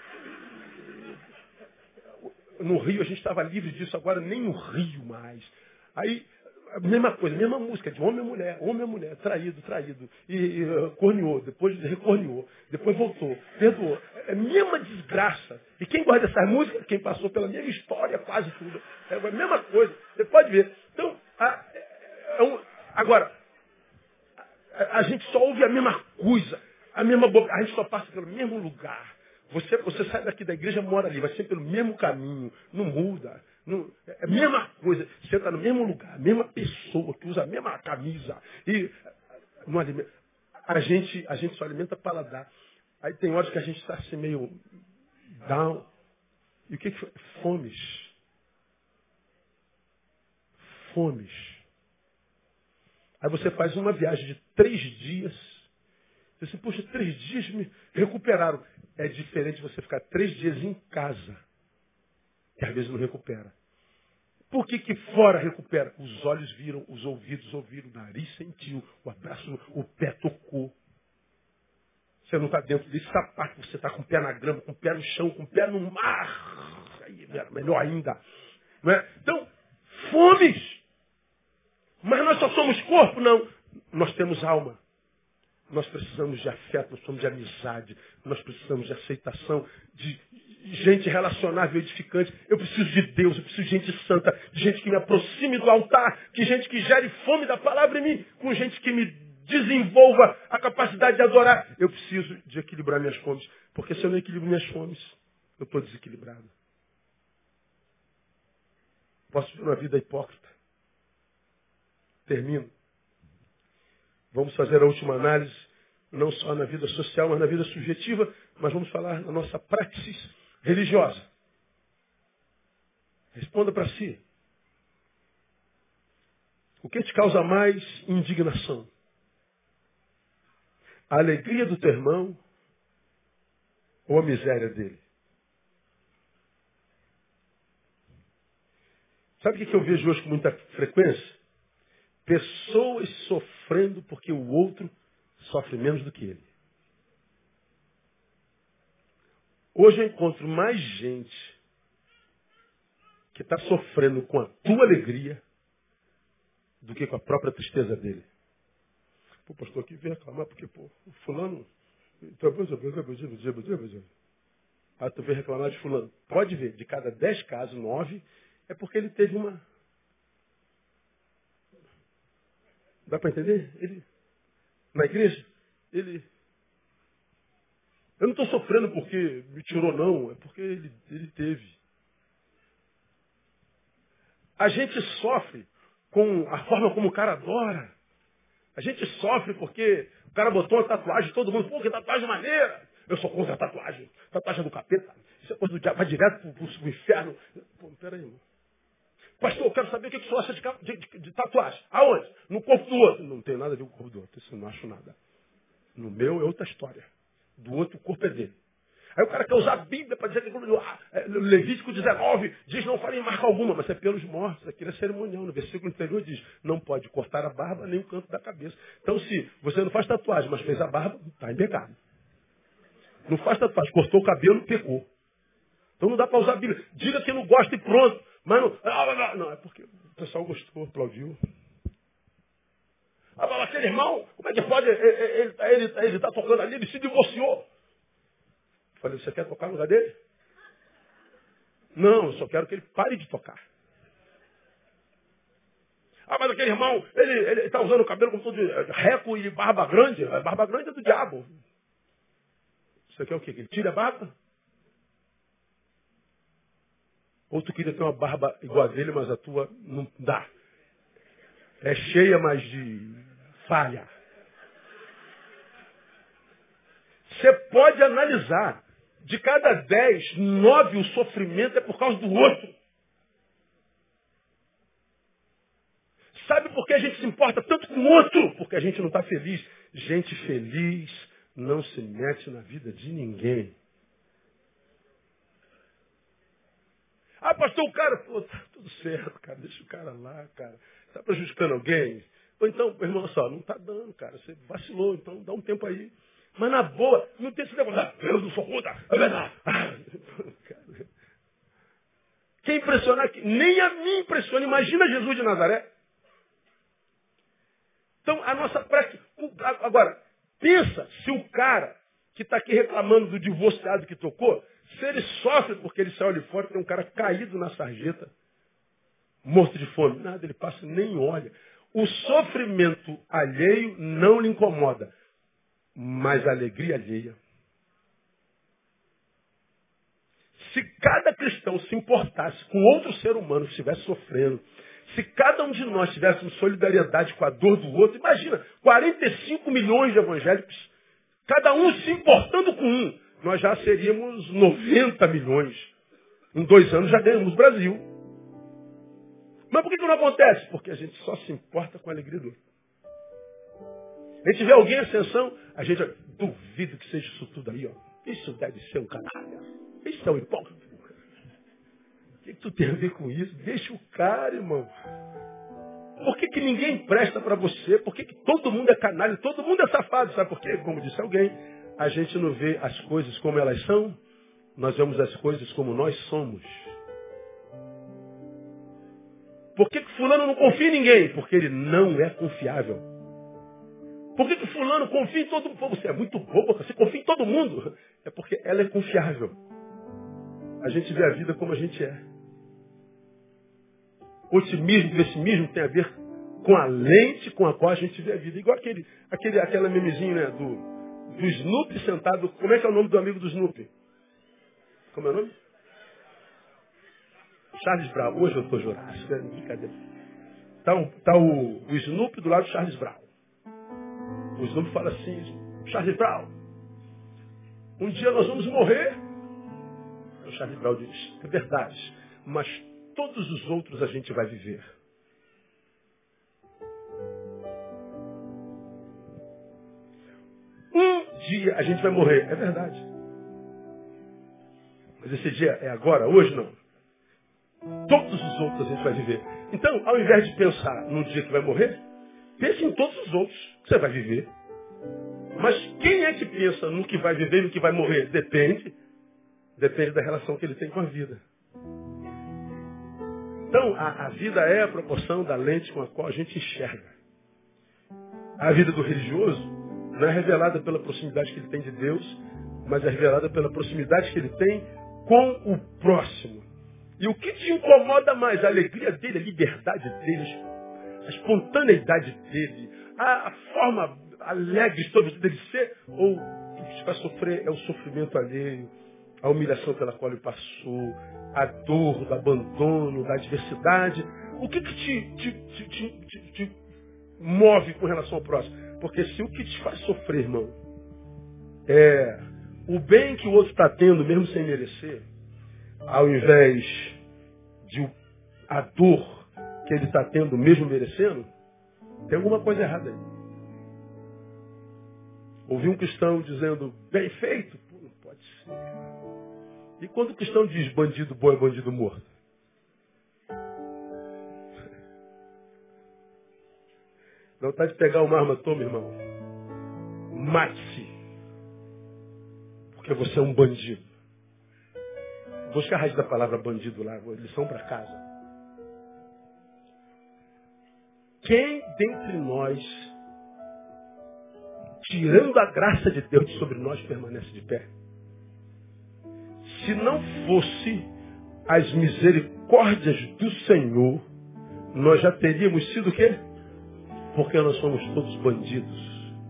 No Rio a gente estava livre disso, agora nem no Rio mais. Aí, a mesma coisa, a mesma música, de homem a mulher, homem a mulher, traído, traído. E, e uh, corneou, depois recorneou, depois voltou, perdoou. É a mesma desgraça. E quem gosta dessas músicas, quem passou pela mesma história, quase tudo. É a mesma coisa. Você pode ver. Então, a, é um, agora, a, a gente só ouve a mesma coisa, a mesma boca, a gente só passa pelo mesmo lugar. Você, você sai daqui da igreja, mora ali, vai ser pelo mesmo caminho, não muda. Não, é a mesma coisa, você está no mesmo lugar, a mesma pessoa que usa a mesma camisa. E não alimenta, a, gente, a gente só alimenta paladar. Aí tem horas que a gente está assim meio down. E o que, que foi? Fomes. Fomes. Aí você faz uma viagem de três dias. Eu disse, poxa, três dias me recuperaram. É diferente você ficar três dias em casa, que às vezes não recupera. Por que que fora recupera? Os olhos viram, os ouvidos ouviram, o nariz sentiu, o abraço, o pé tocou. Você não está dentro desse sapato, você está com o pé na grama, com o pé no chão, com o pé no mar. Aí, melhor ainda. Não é? Então, fomes. Mas nós só somos corpo? Não. Nós temos alma. Nós precisamos de afeto, nós precisamos de amizade, nós precisamos de aceitação, de gente relacionável, edificante. Eu preciso de Deus, eu preciso de gente santa, de gente que me aproxime do altar, de gente que gere fome da palavra em mim, com gente que me desenvolva a capacidade de adorar. Eu preciso de equilibrar minhas fomes, porque se eu não equilibro minhas fomes, eu estou desequilibrado. Posso viver uma vida hipócrita. Termino. Vamos fazer a última análise, não só na vida social, mas na vida subjetiva, mas vamos falar na nossa praxis religiosa. Responda para si. O que te causa mais indignação? A alegria do teu irmão ou a miséria dele? Sabe o que eu vejo hoje com muita frequência? Pessoas sofrendo porque o outro sofre menos do que ele. Hoje eu encontro mais gente que está sofrendo com a tua alegria do que com a própria tristeza dele. Pô, pastor, aqui vem reclamar porque, pô, o fulano... Ah, tu vem reclamar de fulano. Pode ver, de cada dez casos, nove, é porque ele teve uma... Dá para entender? Ele, na igreja, ele... Eu não estou sofrendo porque me tirou, não. É porque ele, ele teve. A gente sofre com a forma como o cara adora. A gente sofre porque o cara botou uma tatuagem, todo mundo, pô, que tatuagem maneira. Eu sou contra a tatuagem. Tatuagem do capeta. Isso é coisa do diabo, vai direto pro, pro, pro inferno. Pô, peraí, irmão. Pastor, eu quero saber o que o senhor acha de, de, de, de tatuagem. Aonde? No corpo do outro. Não tem nada a ver com o corpo do outro. Isso eu não acho nada. No meu é outra história. Do outro, o corpo é dele. Aí o cara quer usar a Bíblia para dizer que ah, Levítico dezenove diz não farem marca alguma, mas é pelos mortos. Aquilo é cerimonial. No versículo anterior diz, não pode cortar a barba nem o canto da cabeça. Então se você não faz tatuagem, mas fez a barba, está em pecado. Não faz tatuagem, cortou o cabelo, pecou. Então não dá para usar a Bíblia. Diga que não gosta e pronto. Mas não, não, não, não, é porque o pessoal gostou, aplaudiu. Ah, mas aquele irmão, como é que pode? Ele está ele, ele, ele tá tocando ali, ele se divorciou. Falei, você quer tocar no lugar dele? Não, eu só quero que ele pare de tocar. Ah, mas aquele irmão, ele está usando o cabelo como todo reco e barba grande. A barba grande é do diabo. Você quer o quê? Que ele tire a barba? Ou tu queria ter uma barba igual a dele, mas a tua não dá. É cheia, mas de falha. Você pode analisar. De cada dez, nove o sofrimento é por causa do outro. Sabe por que a gente se importa tanto com o outro? Porque a gente não está feliz. Gente feliz não se mete na vida de ninguém. Ah, pastor, o cara, pô, tá tudo certo, cara, deixa o cara lá, cara. Está prejudicando alguém? Ou então, irmão, só, não está dando, cara, você vacilou, então dá um tempo aí. Mas na boa, não tem esse negócio, ah, eu não sou contra, é verdade. Ah, quem impressionar, nem a mim impressiona, imagina Jesus de Nazaré. Então, a nossa prática, agora, pensa se o cara que está aqui reclamando do divorciado que tocou, se ele sofre porque ele saiu ali fora, tem um cara caído na sarjeta, morto de fome. Nada, ele passa e nem olha. O sofrimento alheio não lhe incomoda, mas a alegria alheia. Se cada cristão se importasse com outro ser humano que estivesse sofrendo, se cada um de nós tivéssemos solidariedade com a dor do outro, imagina, quarenta e cinco milhões de evangélicos, cada um se importando com um, nós já seríamos noventa milhões. Em dois anos já ganhamos o Brasil. Mas por que que não acontece? Porque a gente só se importa com a alegria do outro. A gente vê alguém em ascensão, a gente duvido que seja isso tudo aí, ó. Isso deve ser um canalha. Isso é um hipócrita. O que, que tu tem a ver com isso? Deixa o cara, irmão. Por que, que ninguém presta para você? Por que, que todo mundo é canalha? Todo mundo é safado. Sabe por quê? Como disse alguém, a gente não vê as coisas como elas são, nós vemos as coisas como nós somos. Por que, que fulano não confia em ninguém? Porque ele não é confiável. Por que, que fulano confia em todo mundo? Você é muito bobo, você confia em todo mundo. É porque ela é confiável. A gente vê a vida como a gente é. Otimismo, pessimismo tem a ver com a lente com a qual a gente vê a vida. Igual aquele, aquele, aquela memezinho, né, do, do Snoopy sentado. Como é que é o nome do amigo do Snoopy? Como é o nome? Charles Brown. Hoje eu estou jurássico, é brincadeira. Está um, tá o, o Snoopy do lado do Charles Brown. O Snoopy fala assim, Charles Brown, um dia nós vamos morrer. O Charles Brown diz, é verdade, mas todos os outros a gente vai viver. Um dia a gente vai morrer, é verdade. Mas esse dia é agora, hoje não. Todos os outros a gente vai viver. Então, ao invés de pensar no dia que vai morrer, pense em todos os outros que você vai viver. Mas quem é que pensa no que vai viver e no que vai morrer? Depende. Depende da relação que ele tem com a vida. Então, a, a vida é a proporção da lente com a qual a gente enxerga. A vida do religioso não é revelada pela proximidade que ele tem de Deus, mas é revelada pela proximidade que ele tem com o próximo. E o que te incomoda mais? A alegria dele, a liberdade dele, a espontaneidade dele, a, a forma alegre sobre dele ser, ou o que te faz sofrer é o sofrimento alheio, a humilhação pela qual ele passou, a dor do abandono, da adversidade. O que, que te, te, te, te, te, te move com relação ao próximo? Porque se o que te faz sofrer, irmão, é o bem que o outro está tendo, mesmo sem merecer, ao invés de a dor que ele está tendo, mesmo merecendo, tem alguma coisa errada aí. Ouvi um cristão dizendo, bem feito? Pô, não pode ser. E quando o cristão diz bandido bom é bandido morto? Dá vontade de pegar uma arma, toma, irmão. Mate-se. Porque você é um bandido. Busca a raiz da palavra bandido lá, lição para casa. Quem dentre nós, tirando a graça de Deus sobre nós, permanece de pé? Se não fosse as misericórdias do Senhor, nós já teríamos sido o quê? Porque nós somos todos bandidos.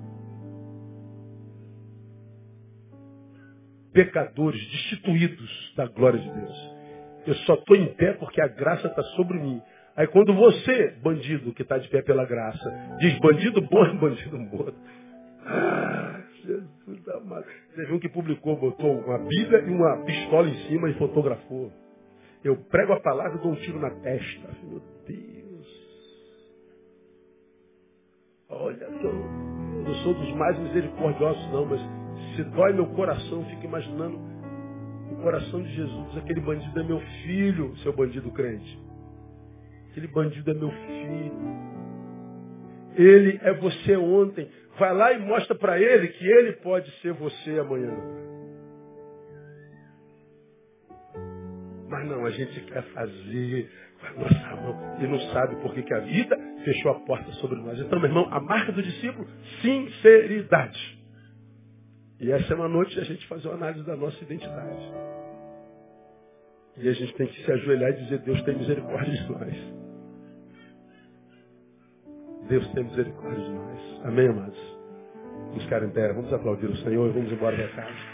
Pecadores, destituídos da glória de Deus. Eu só estou em pé porque a graça está sobre mim. Aí quando você, bandido que está de pé pela graça, diz bandido bom é bandido morto. Ah, Jesus amado. Teve um que publicou, botou uma Bíblia e uma pistola em cima e fotografou. Eu prego a palavra e dou um tiro na testa. Meu Deus. Olha, eu não sou dos mais misericordiosos não, mas se dói meu coração, fico imaginando o coração de Jesus. Aquele bandido é meu filho, seu bandido crente. Aquele bandido é meu filho. Ele é você ontem. Vai lá e mostra para ele que ele pode ser você amanhã. Mas não, a gente quer fazer com a nossa mão e não sabe por que que a vida fechou a porta sobre nós. Então, meu irmão, a marca do discípulo, sinceridade. E essa é uma noite de a gente fazer uma análise da nossa identidade. E a gente tem que se ajoelhar e dizer, Deus tem misericórdia de nós. Deus tem misericórdia de nós. Amém, amados? Vamos ficar em pé, vamos aplaudir o Senhor e vamos embora da casa.